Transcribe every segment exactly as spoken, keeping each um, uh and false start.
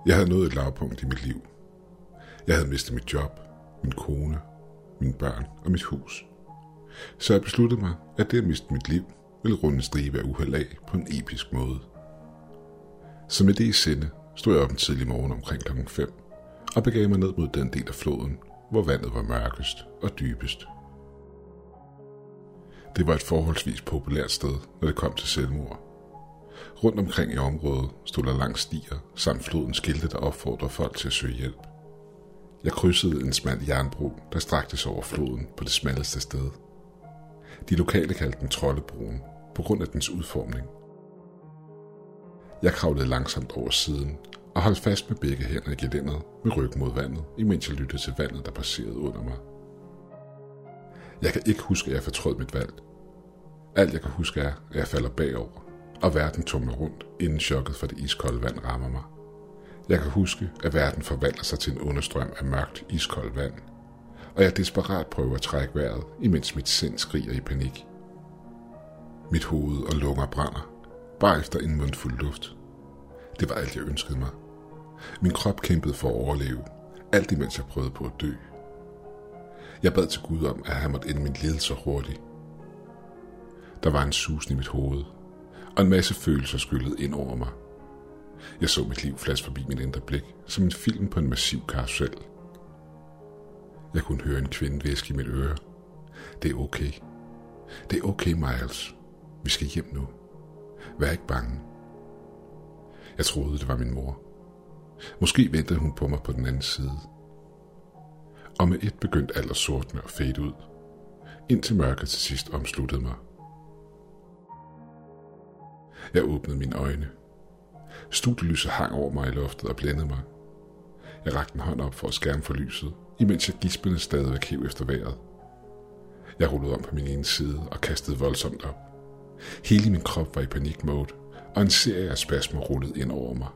Jeg havde nået et lavpunkt i mit liv. Jeg havde mistet mit job, min kone, mine børn og mit hus. Så jeg besluttede mig, at det at miste mit liv ville runde en stribe af uheld af på en episk måde. Så med det i sinde stod jeg op en tidlig morgen omkring klokken fem og begav mig ned mod den del af floden, hvor vandet var mørkest og dybest. Det var et forholdsvis populært sted, når det kom til selvmord. Rundt omkring i området stod der langs stier samt flodens skilte, der opfordrede folk til at søge hjælp. Jeg krydsede en smal jernbro, der strakte sig over floden på det smalleste sted. De lokale kaldte den Troldebroen på grund af dens udformning. Jeg kravlede langsomt over siden og holdt fast med begge hænder i gelænderet med ryggen mod vandet, imens jeg lyttede til vandet, der passerede under mig. Jeg kan ikke huske, at jeg fortrød mit valg. Alt jeg kan huske er, at jeg falder bagover, og verden tumler rundt, inden chokket fra det iskolde vand rammer mig. Jeg kan huske, at verden forvandler sig til en understrøm af mørkt, iskoldt vand, og jeg desperat prøver at trække vejret, imens mit sind skriger i panik. Mit hoved og lunger brænder, bare efter en mundfuld luft. Det var alt, jeg ønskede mig. Min krop kæmpede for at overleve, alt imens jeg prøvede på at dø. Jeg bad til Gud om, at han måtte ende min lidelse hurtigt. Der var en susen i mit hoved, og en masse følelser skyllede ind over mig. Jeg så mit liv flaske forbi mit indre blik, som en film på en massiv karusel. Jeg kunne høre en kvinde hviske i mit øre. Det er okay. Det er okay, Miles. Vi skal hjem nu. Vær ikke bange. Jeg troede, det var min mor. Måske ventede hun på mig på den anden side. Og med et begyndte alt at sortne og fade ud, indtil mørket til sidst omsluttede mig. Jeg åbnede mine øjne. Studielyset hang over mig i loftet og blændede mig. Jeg rakte en hånd op for at skærme for lyset, imens jeg gispende stadigvæk hev efter vejret. Jeg rullede om på min ene side og kastede voldsomt op. Hele min krop var i panikmode, og en serie af spasmer rullede ind over mig.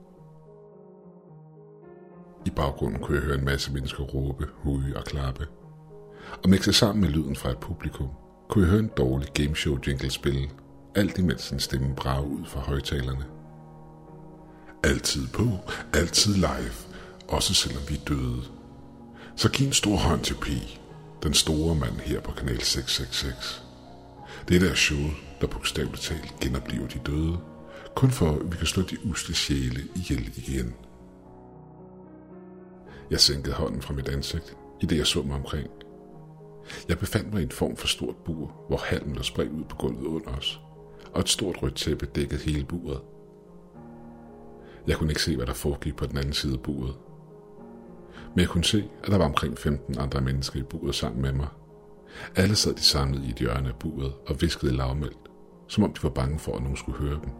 I baggrunden kunne jeg høre en masse mennesker råbe, huge og klappe. Og mixet sammen med lyden fra et publikum, kunne jeg høre en dårlig gameshow jingle spille, alt imens en stemme brage ud fra højtalerne. Altid på, altid live, også selvom vi er døde. Så giv en stor hånd til P, den store mand her på kanal seks seks seks. Det er der show, der bogstaveligt talt genoplever de døde, kun for at vi kan slå de usle sjæle ihjel igen. Jeg sænkede hånden fra mit ansigt, i det jeg så mig omkring. Jeg befandt mig i en form for stort bur, hvor halmen lå spredt ud på gulvet under os, og et stort rødt tæppe dækkede hele buret. Jeg kunne ikke se, hvad der foregik på den anden side af buret. Men jeg kunne se, at der var omkring femten andre mennesker i buret sammen med mig. Alle sad de samlet i et hjørne af buret og viskede lavmældt, som om de var bange for, at nogen skulle høre dem.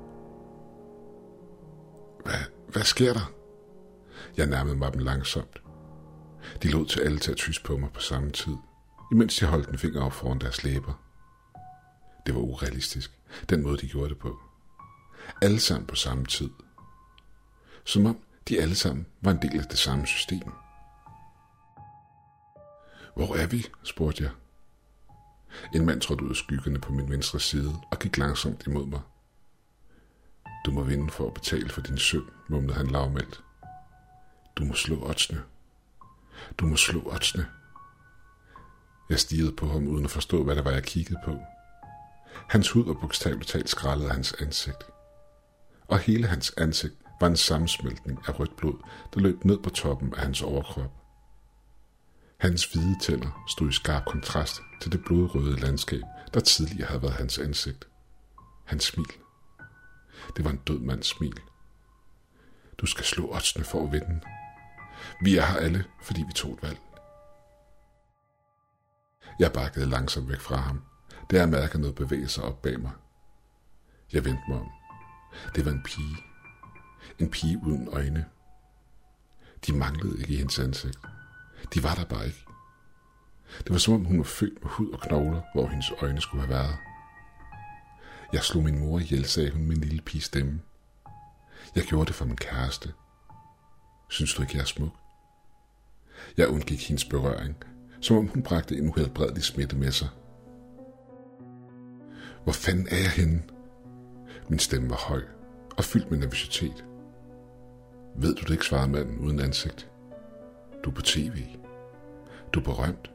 Hvad, hvad sker der? Jeg nærmede mig dem langsomt. De lod til alle til at tysse på mig på samme tid, imens de holdt en finger op foran deres læber. Det var urealistisk, den måde de gjorde det på. Alle sammen på samme tid. Som om de alle sammen var en del af det samme system. Hvor er vi? Spurgte jeg. En mand trådte ud af skyggerne på min venstre side og gik langsomt imod mig. Du må vinde for at betale for din synd, mumlede han lavmældt. Du må slå oddsene. Du må slå oddsene. Jeg stirrede på ham uden at forstå, hvad det var, jeg kiggede på. Hans hud var bogstaveligt talt skrællet af hans ansigt. Og hele hans ansigt var en sammensmeltning af rødt blod, der løb ned på toppen af hans overkrop. Hans hvide tænder stod i skarp kontrast til det blodrøde landskab, der tidligere havde været hans ansigt. Hans smil. Det var en død mands smil. Du skal slå oddsene for at vinde. Vi er her alle, fordi vi tog et valg. Jeg bakkede langsomt væk fra ham, da jeg mærkede noget bevæge sig op bag mig. Jeg vendte mig om. Det var en pige. En pige uden øjne. De manglede ikke i hendes ansigt. De var der bare ikke. Det var som om hun var født med hud og knogler, hvor hendes øjne skulle have været. Jeg slog min mor ihjel, sagde hun med en lille piges stemme. Jeg gjorde det for min kæreste. Synes du ikke, jeg er smuk? Jeg undgik hendes berøring, som om hun bragte en uhelbredelig smitte med sig. Hvor fanden er jeg henne? Min stemme var høj og fyldt med nervøsitet. Ved du det ikke, svarede manden uden ansigt. Du er på tv. Du er berømt.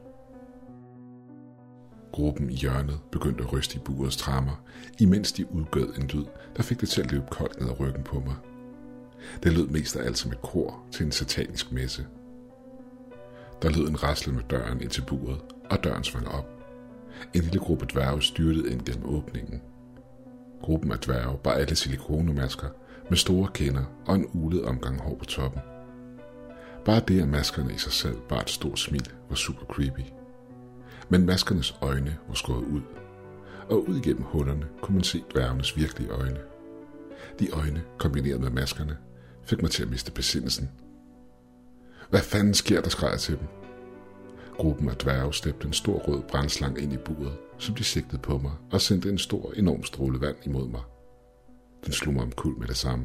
Gruppen i hjørnet begyndte at ryste i burets tremmer, imens de udgød en lyd, der fik det til at løbe koldt ned ad ryggen på mig. Det lød mest af alt som et kor til en satanisk messe. Der lød en raslen med døren ind til buret, og døren svang op. En lille gruppe dværge styrtede ind gennem åbningen. Gruppen af dværge bar alle silikonomasker med store kinder og en ulet omgang hår på toppen. Bare det, at maskerne i sig selv bar et stort smil, var super creepy. Men maskernes øjne var skåret ud, og ud igennem hullerne kunne man se dværgenes virkelige øjne. De øjne, kombineret med maskerne, fik mig til at miste besindelsen. Hvad fanden sker der, skreg jeg til dem. Gruppen af dværge slæbte en stor rød brandslange ind i buret, som de sigtede på mig og sendte en stor, enorm stråle vand imod mig. Den slog mig omkuld med det samme.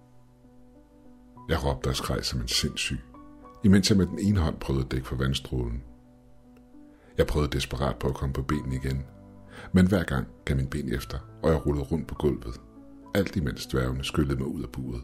Jeg råbte og skreg som en sindssyg, imens jeg med den ene hånd prøvede at dække for vandstrålen. Jeg prøvede desperat på at komme på benene igen, men hver gang gav min ben efter, og jeg rullede rundt på gulvet, alt imens dværgene skyllede mig ud af buret.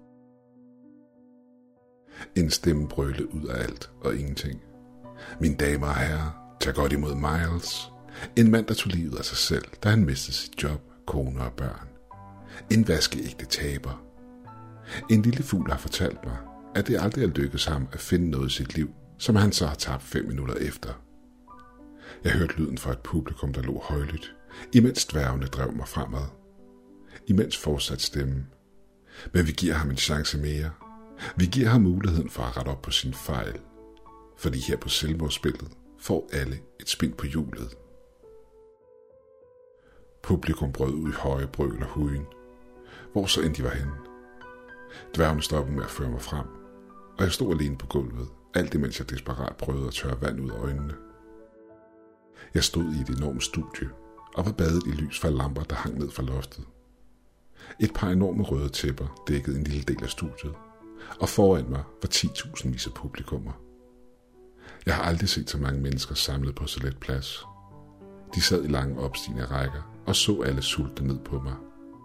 En stemme brølede ud af alt og ingenting. Mine damer og herrer, tag godt imod Miles. En mand, der tog livet af sig selv, da han mistede sit job, kone og børn. En vaskeægte taber. En lille fugl har fortalt mig, at det aldrig er lykkedes ham at finde noget i sit liv, som han så har tabt fem minutter efter. Jeg hørte lyden fra et publikum, der lå højlydt, imens dværgene drev mig fremad. Imens fortsatte stemmen. Men vi giver ham en chance mere. Vi giver ham muligheden for at rette op på sin fejl. Fordi her på selvmordsspillet får alle et spin på hjulet. Publikum brød ud i høje brøl og hujen. Hvor så end de var henne. Dværgene stoppede med at føre mig frem, og jeg stod alene på gulvet, alt imens jeg desperat prøvede at tørre vand ud af øjnene. Jeg stod i et enormt studie og var badet i lys fra lamper, der hang ned fra loftet. Et par enorme røde tæpper dækkede en lille del af studiet, og foran mig var ti tusind vis af publikummer. Jeg har aldrig set så mange mennesker samlet på så let plads. De sad i lange opstigende rækker og så alle sulte ned på mig.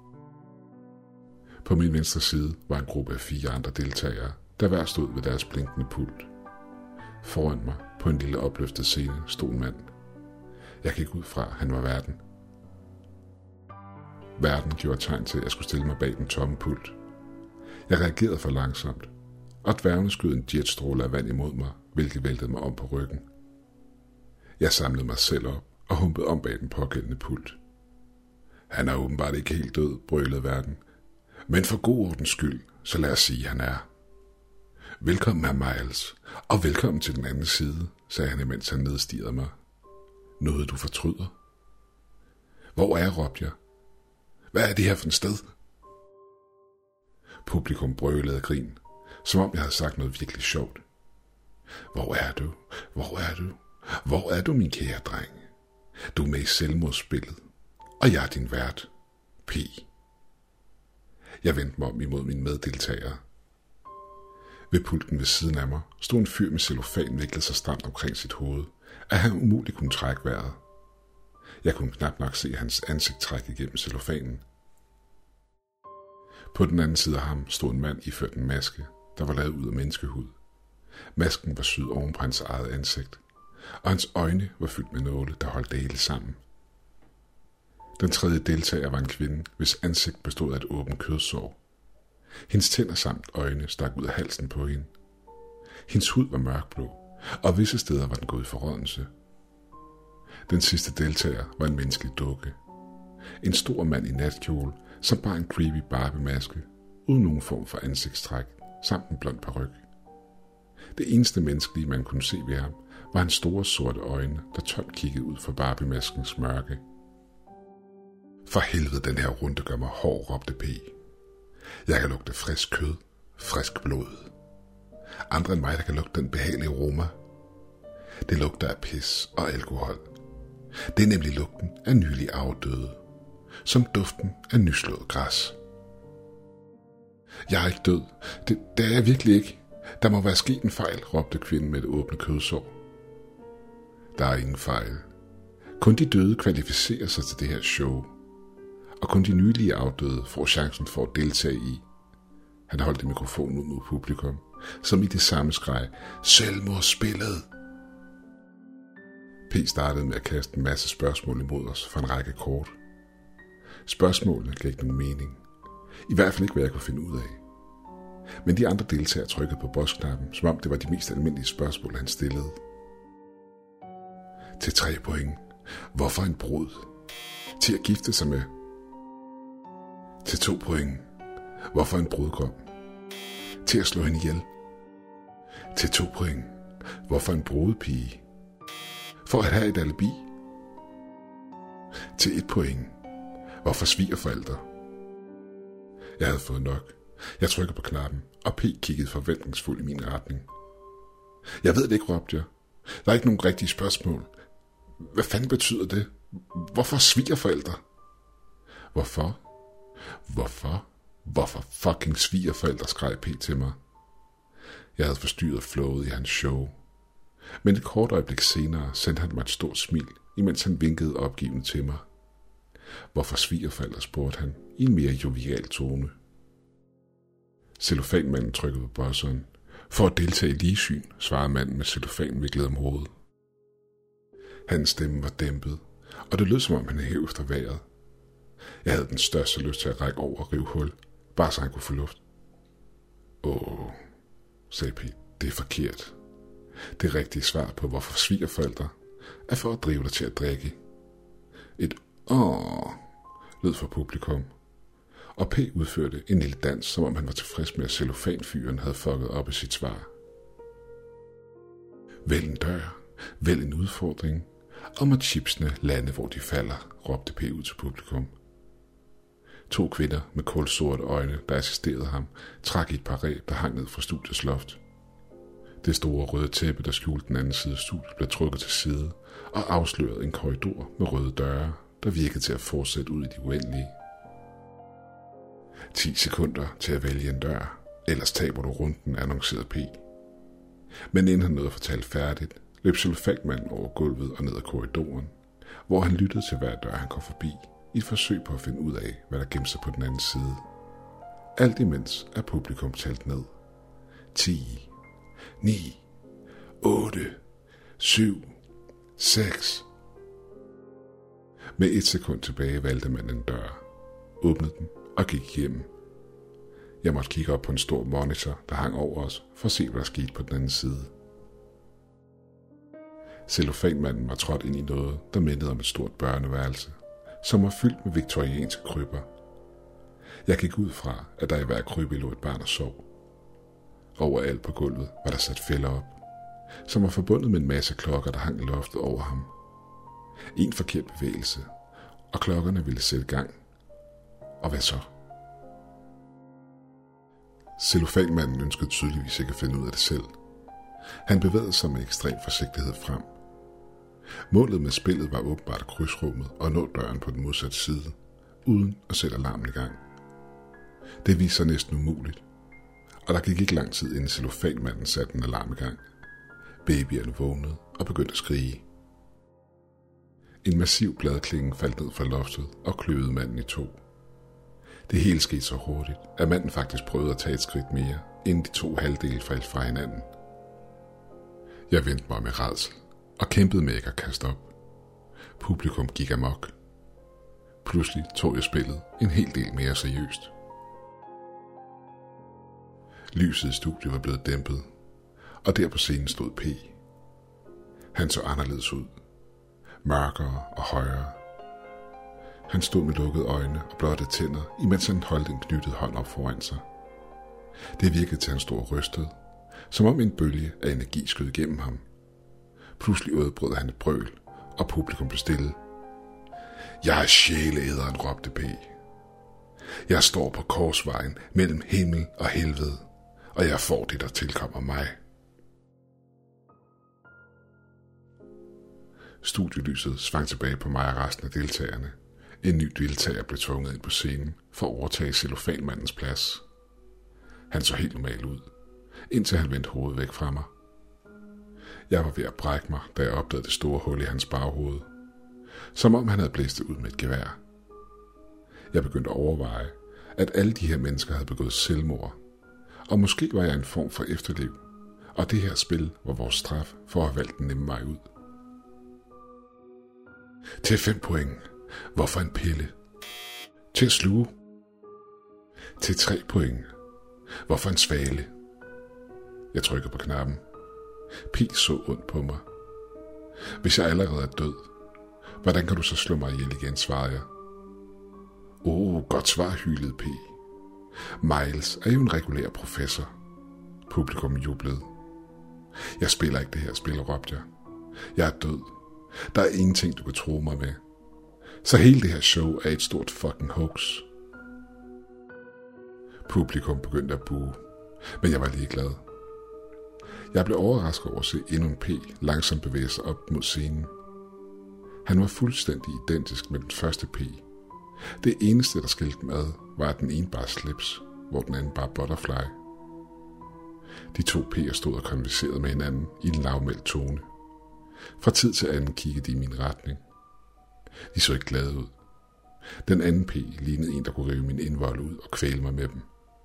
På min venstre side var en gruppe af fire andre deltagere, der hver stod ved deres blinkende pult. Foran mig på en lille opløftet scene stod en mand. Jeg gik ud fra, at han var verden. Verden gjorde tegn til, at jeg skulle stille mig bag den tomme pult. Jeg reagerede for langsomt, og dværgene skød en jetstråle af vand imod mig, hvilket væltede mig om på ryggen. Jeg samlede mig selv op og humpede om bag den pågældende pult. Han er åbenbart ikke helt død, brølede verden. Men for god ordens skyld, så lad os sige, at han er. Velkommen, hr. Miles, og velkommen til den anden side, sagde han, imens han nedstirrede mig. Noget, du fortryder? Hvor er jeg, råbte jeg. Hvad er det her for et sted? Publikum brølede af grin, som om jeg havde sagt noget virkelig sjovt. Hvor er du? Hvor er du? Hvor er du, min kære dreng? Du er med i selvmordsspillet, og jeg er din vært, P. Jeg vendte mig om imod mine meddeltagere. Ved pulten ved siden af mig stod en fyr med cellofan viklet så stramt omkring sit hoved, at han umuligt kunne trække vejret. Jeg kunne knap nok se hans ansigt trække igennem cellofanen. På den anden side af ham stod en mand iført en maske, der var lavet ud af menneskehud. Masken var syet oven på hans eget ansigt, og hans øjne var fyldt med nåle, der holdt det hele sammen. Den tredje deltager var en kvinde, hvis ansigt bestod af et åbent kødsår. Hendes tænder samt øjne stak ud af halsen på hende. Hendes hud var mørkblå, og visse steder var den gået i forrådnelse. Den sidste deltager var en menneskelig dukke. En stor mand i natkjole, som bar en creepy Barbie-maske, uden nogen form for ansigtstræk, samt en blond paryk. Det eneste menneskelige, man kunne se ved ham, var hans store sorte øjne, der tomt kiggede ud fra Barbie-maskens mørke. For helvede, den her runde gør mig hård, råbte P. Jeg kan lugte frisk kød, frisk blod. Andre end mig, der kan lugte den behagelige aroma. Det lugter af pis og alkohol. Det er nemlig lugten af nylig afdøde, som duften af nyslået græs. Jeg er ikke død. Det, det er jeg virkelig ikke. Der må være sket en fejl, råbte kvinden med det åbne kødsår. Der er ingen fejl. Kun de døde kvalificerer sig til det her show, og kun de nylige afdøde får chancen for at deltage i. Han holdt mikrofonen ud mod publikum, som i det samme skreg, selvmordsspillet! P startede med at kaste en masse spørgsmål imod os for en række kort. Spørgsmålene gav ikke nogen mening. I hvert fald ikke, hvad jeg kunne finde ud af. Men de andre deltagere trykkede på boss-knappen, som om det var de mest almindelige spørgsmål, han stillede. Til tre point. Hvorfor en brud? Til at gifte sig med. Til to point. Hvorfor en brudgom? Til at slå hende ihjel. Til to point. Hvorfor en brudepige? For at have et alibi. Til et point. Hvorfor svigerforældre? Jeg havde fået nok. Jeg trykkede på knappen, og P kiggede forventningsfuldt i min retning. Jeg ved det ikke, råbte jeg. Der er ikke nogen rigtige spørgsmål. Hvad fanden betyder det? Hvorfor svigerforældre? Hvorfor? Hvorfor? Hvorfor fucking svigerforældre, skreg P til mig. Jeg havde forstyrret flowet i hans show. Men et kort øjeblik senere sendte han mig et stort smil, imens han vinkede opgivende til mig. Hvorfor svigerforældre, spurgte han i en mere jovial tone. Cellofanmanden trykkede på buzzeren. For at deltage i ligesyn, svarede manden med cellofanen viklet om hovedet. Hans stemme var dæmpet, og det lød som om han hævde efter vejret. Jeg havde den største lyst til at række over og rive hul, bare så han kunne få luft. Åh, sagde Pete, det er forkert. Det rigtige svar på, hvorfor svigerforældre, er for at drive dig til at drikke. Et åh lød fra publikum, og P udførte en lille dans, som om han var tilfreds med, at cellofanfyren havde fucket op i sit svar. Vælg en dør, vælg en udfordring, og må chipsene lande, hvor de falder, råbte P ud til publikum. To kvinder med kulsorte øjne, der assisterede ham, trak i et paré, der hang ned fra studiets loft. Det store røde tæppe, der skjulte den anden side af studiet, blev trukket til side og afslørede en korridor med røde døre, der virkede til at fortsætte ud i de uendelige. Ti sekunder til at vælge en dør, ellers taber du runden, annoncerede P. Men inden han nåede at fortælle færdigt, løb cellofanmanden over gulvet og ned ad korridoren, hvor han lyttede til hver dør, han kom forbi, i et forsøg på at finde ud af, hvad der gemte sig på den anden side. Alt imens er publikum talt ned. ti, ni, otte, syv, seks. Med et sekund tilbage valgte man en dør, åbnede den og gik hjem. Jeg måtte kigge op på en stor monitor, der hang over os, for at se, hvad der skete på den anden side. Cellofanmanden var trådt ind i noget, der mindede om et stort børneværelse, som var fyldt med viktorianske krybber. Jeg gik ud fra, at der i hver krybbe lå et barn og sov. Overalt på gulvet var der sat fælder op, som var forbundet med en masse klokker, der hang i loftet over ham. En forkert bevægelse, og klokkerne ville sætte gang. Og hvad så? Cellofanmanden ønskede tydeligvis ikke at finde ud af det selv. Han bevægede sig med ekstrem forsigtighed frem. Målet med spillet var åbenbart at krydse rummet og nå døren på den modsatte side, uden at sætte alarmen i gang. Det viste sig næsten umuligt, og der gik ikke lang tid, inden cellofanmanden satte en alarm i gang. Babyerne vågnede og begyndte at skrige. En massiv bladklinge faldt ned fra loftet og kløvede manden i to. Det hele skete så hurtigt, at manden faktisk prøvede at tage et skridt mere, inden de to halvdele faldt fra hinanden. Jeg vendte mig med rædsel og kæmpede med ikke at kaste op. Publikum gik amok. Pludselig tog jeg spillet en hel del mere seriøst. Lyset i studiet var blevet dæmpet, og der på scenen stod P. Han så anderledes ud. Mørkere og højere. Han stod med lukkede øjne og blotte tænder, imens han holdt en knyttet hånd op foran sig. Det virkede til, han stod og rystede, som om en bølge af energi skød igennem ham. Pludselig udbrød han et brøl, og publikum blev stille. Jeg er sjæleæderen, råbte P. Jeg står på korsvejen mellem himmel og helvede, og jeg får det, der tilkommer mig. Studielyset svang tilbage på mig og resten af deltagerne. En ny deltager blev tvunget ind på scenen for at overtage cellofanmandens plads. Han så helt normal ud, indtil han vendte hovedet væk fra mig. Jeg var ved at brække mig, da jeg opdagede det store hul i hans baghoved. Som om han havde blæst det ud med et gevær. Jeg begyndte at overveje, at alle de her mennesker havde begået selvmord, Og måske var jeg en form for efterliv, og det her spil var vores straf for at have valgt den nemme vej ud. Til fem point. Hvorfor en pille? Til at sluge. Til tre point. Hvorfor en svale? Jeg trykkede på knappen. Pi så ondt på mig. Hvis jeg allerede er død, hvordan kan du så slå mig ihjel igen, svarede jeg. Åh, oh, godt svar, hylede P. Miles er jo en regulær professor. Publikum jublede. Jeg spiller ikke det her spil, råbte jeg. Jeg er død. Der er ingenting, du kan tro mig med. Så hele det her show er et stort fucking hoax. Publikum begyndte at buge, men jeg var ligeglad. Jeg blev overrasket over at se endnu en P langsomt bevæge sig op mod scenen. Han var fuldstændig identisk med den første P. Det eneste, der skilte dem ad, var, at den ene bare slips, hvor den anden bare butterfly. De to P'er stod og konverserede med hinanden i en lavmældt tone. Fra tid til anden kiggede de i min retning. De så ikke glade ud. Den anden P lignede en, der kunne rive min indvold ud og kvæle mig med dem.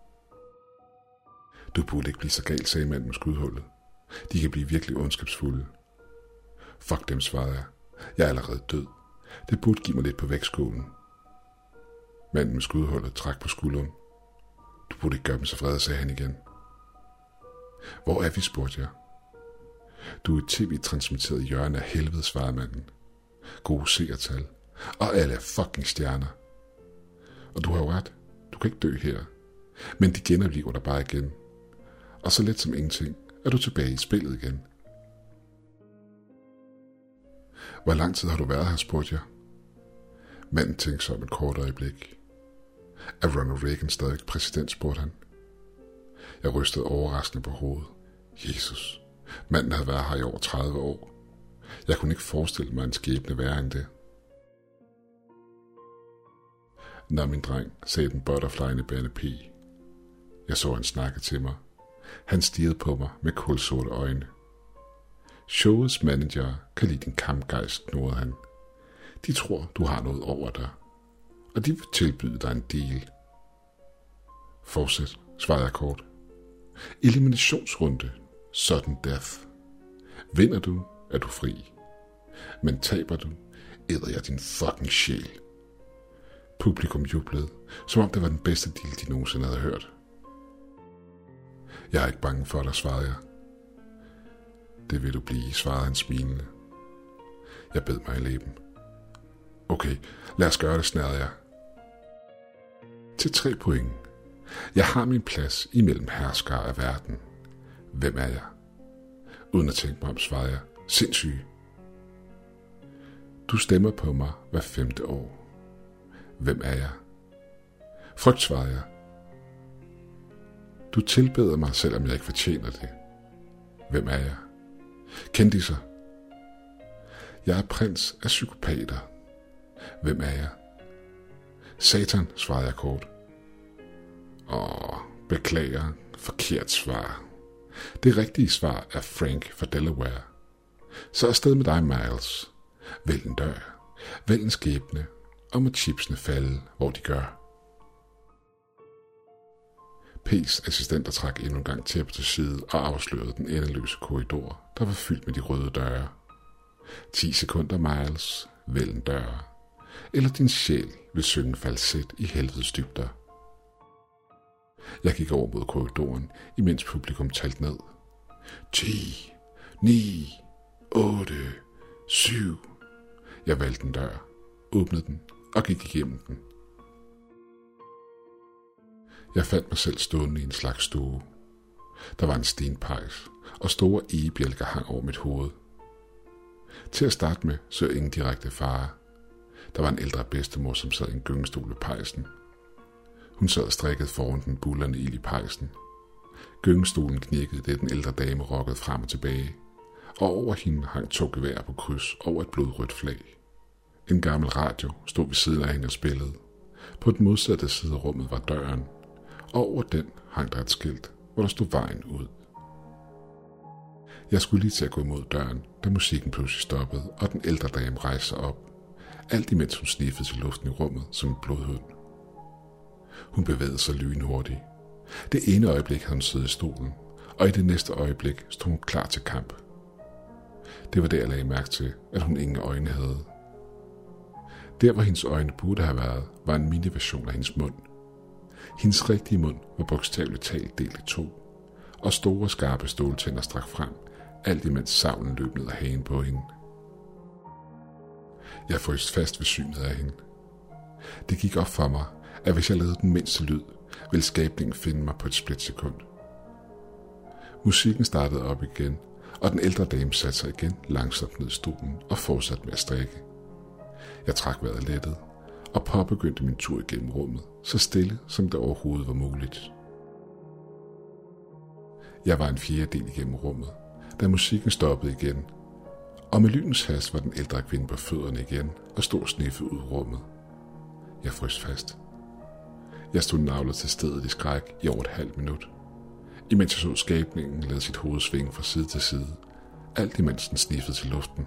Du burde ikke blive så gal, sagde manden med skudhullet. De kan blive virkelig ondskabsfulde. Fuck dem, svarede jeg. Jeg er allerede død. Det burde give mig lidt på vægtskålen. Manden med skudhullet trak på skulderen. Du burde ikke gøre dem så vrede, sagde han igen. Hvor er vi, spurgte jeg. Du er et tv-transmitteret hjørne af helvede, svarede manden. Gode seertal. Og alle er fucking stjerner. Og du har jo ret. Du kan ikke dø her. Men de genoplever dig bare igen. Og så let som ingenting er du tilbage i spillet igen. Hvor lang tid har du været her, spurgte jeg. Manden tænkte sig om et kort øjeblik. Er Ronald Reagan stadig præsident, spurgte han. Jeg rystede overraskende på hovedet. Jesus, manden havde været her i over tredive år. Jeg kunne ikke forestille mig en skæbne værre end det. Nå, min dreng, sagde den butterflyende bærende P. Jeg så han snakke til mig. Han stirrede på mig med kulsorte øjne. Showets manager kan lide din kampgejst, knurrede han. De tror, du har noget over dig, og de vil tilbyde dig en deal. Fortsæt, svarede jeg kort. Eliminationsrunde. Sudden death. Vinder du, er du fri. Men taber du, æder jeg din fucking sjæl. Publikum jublede, som om det var den bedste deal, de nogensinde havde hørt. Jeg er ikke bange for dig, svarede jeg. Det vil du blive, svarede han smilende. Jeg bed mig i læben. Okay, lad os gøre det, snærede jeg. Til tre point. Jeg har min plads imellem herskere af verden. Hvem er jeg? Uden at tænke mig om, svarede jeg. Sindssyg. Du stemmer på mig hver femte år. Hvem er jeg? Frygt, svarede jeg. Du tilbeder mig, selvom jeg ikke fortjener det. Hvem er jeg? Kendisser. Jeg er prins af psykopater. Hvem er jeg? Satan, svarede jeg kort. Åh, beklager, forkert svar. Det rigtige svar er Frank fra Delaware. Så afsted med dig, Miles. Vælg en dør, vælg en skæbne, og må chipsene falde, hvor de gør. P's assistenter trak endnu en gang tæppet til side og afslørede den endeløse korridor, der var fyldt med de røde døre. Ti sekunder, Miles. Vælg en dør. Eller din sjæl vil synge falset i helvedes dybder. Jeg gik over mod korridoren, imens publikum talte ned. ti, ni, otte, syv. Jeg valgte en dør, åbnede den og gik igennem den. Jeg fandt mig selv stående i en slags stue. Der var en stenpejs, og store egebjælker hang over mit hoved. Til at starte med så jeg ingen direkte fare. Der var en ældre bedstemor, som sad i en gyngestol ved pejsen. Hun sad og strikkede foran den bullerne ild i pejsen. Gyngestolen knirkede, det den ældre dame rokkede frem og tilbage, og over hende hang to geværer på kryds over et blodrødt flag. En gammel radio stod ved siden af hende og spillede. På den modsatte side af rummet var døren, og over den hang der et skilt, hvor der stod vejen ud. Jeg skulle lige til at gå imod døren, da musikken pludselig stoppede, og den ældre dame rejste sig op, alt imens hun sniffede til luften i rummet som en blodhund. Hun bevægede sig lynhurtigt. Det ene øjeblik havde hun siddet i stolen, og i det næste øjeblik stod hun klar til kamp. Det var der, jeg lagde mærke til, at hun ingen øjne havde. Der, hvor hendes øjne burde have været, var en miniversion af hendes mund. Hendes rigtige mund var bogstaveligt talt delt i to, og store skarpe ståltænder strak frem, alt imens savlen løb ned ad hagen på hende. Jeg frøs fast ved synet af hende. Det gik op for mig, at hvis jeg lavede den mindste lyd, ville skabningen finde mig på et splitsekund. Musikken startede op igen, og den ældre dame satte sig igen langsomt ned i stolen og fortsatte med at strikke. Jeg trak vejret lettet og påbegyndte min tur igennem rummet, så stille som det overhovedet var muligt. Jeg var en fjerdedel igennem rummet, da musikken stoppede igen, og med lynens hast var den ældre kvinde på fødderne igen og stod sniffet ud i rummet. Jeg frøs fast. Jeg stod navlet til stedet i skræk i over et halvt minut, imens jeg så skabningen lade sit hoved svinge fra side til side, alt imens den sniffede til luften.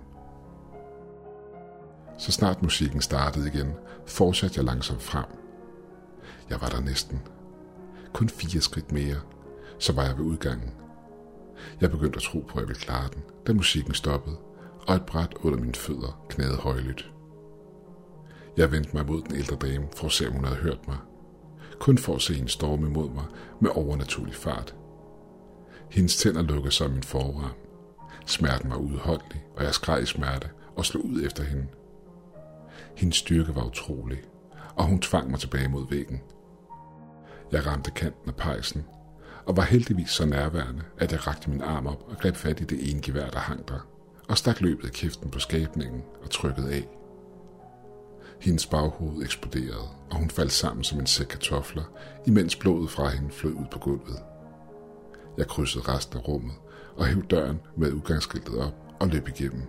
Så snart musikken startede igen, fortsatte jeg langsomt frem. Jeg var der næsten. Kun fire skridt mere, så var jeg ved udgangen. Jeg begyndte at tro på, at jeg ville klare den, da musikken stoppede, og et bræt under mine fødder knagede højlydt. Jeg vendte mig mod den ældre dame for at se, om hun havde hørt mig. Kun for at se hende storme imod mig med overnaturlig fart. Hendes tænder lukkede sig om min forarm. Smerten var uudholdelig, og jeg skreg i smerte og slog ud efter hende. Hendes styrke var utrolig, og hun tvang mig tilbage mod væggen. Jeg ramte kanten af pejsen, og var heldigvis så nærværende, at jeg rakte min arm op og greb fat i det ene gevær, der hang der, og stak løbet i kæften på skabningen og trykkede af. Hendes baghoved eksploderede, og hun faldt sammen som en sæk kartofler, imens blodet fra hende flød ud på gulvet. Jeg krydsede resten af rummet og hævde døren med udgangsskiltet op og løb igennem.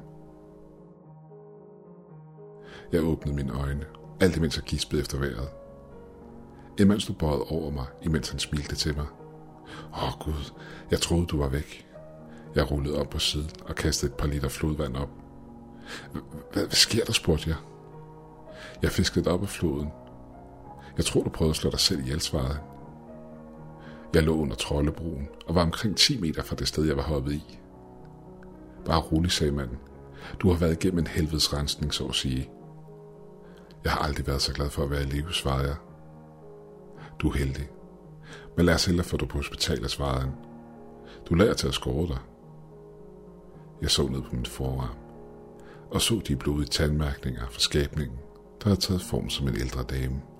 Jeg åbnede mine øjne, alt imens jeg gispede efter vejret. En mand stod bøjet over mig, imens han smilte til mig. Åh oh, Gud, jeg troede du var væk. Jeg rullede op på siden og kastede et par liter flodvand op. Hvad sker der, spurgte jeg. Jeg fiskede op af floden. Jeg tror, du prøvede at slå dig selv ihjel, svarede han. Jeg lå under Troldebroen og var omkring ti meter fra det sted, jeg var hoppet i. Bare rolig, sagde manden. Du har været igennem en helvedes rensning, så at sige. Jeg har aldrig været så glad for at være i live, svarede jeg. Du er heldig. Men lad os hellere få dig på hospitalet, svarede han. Du lærer til at skåre dig. Jeg så ned på min forarm og så de blodige tandmærkninger fra skabningen, der havde taget form som en ældre dame.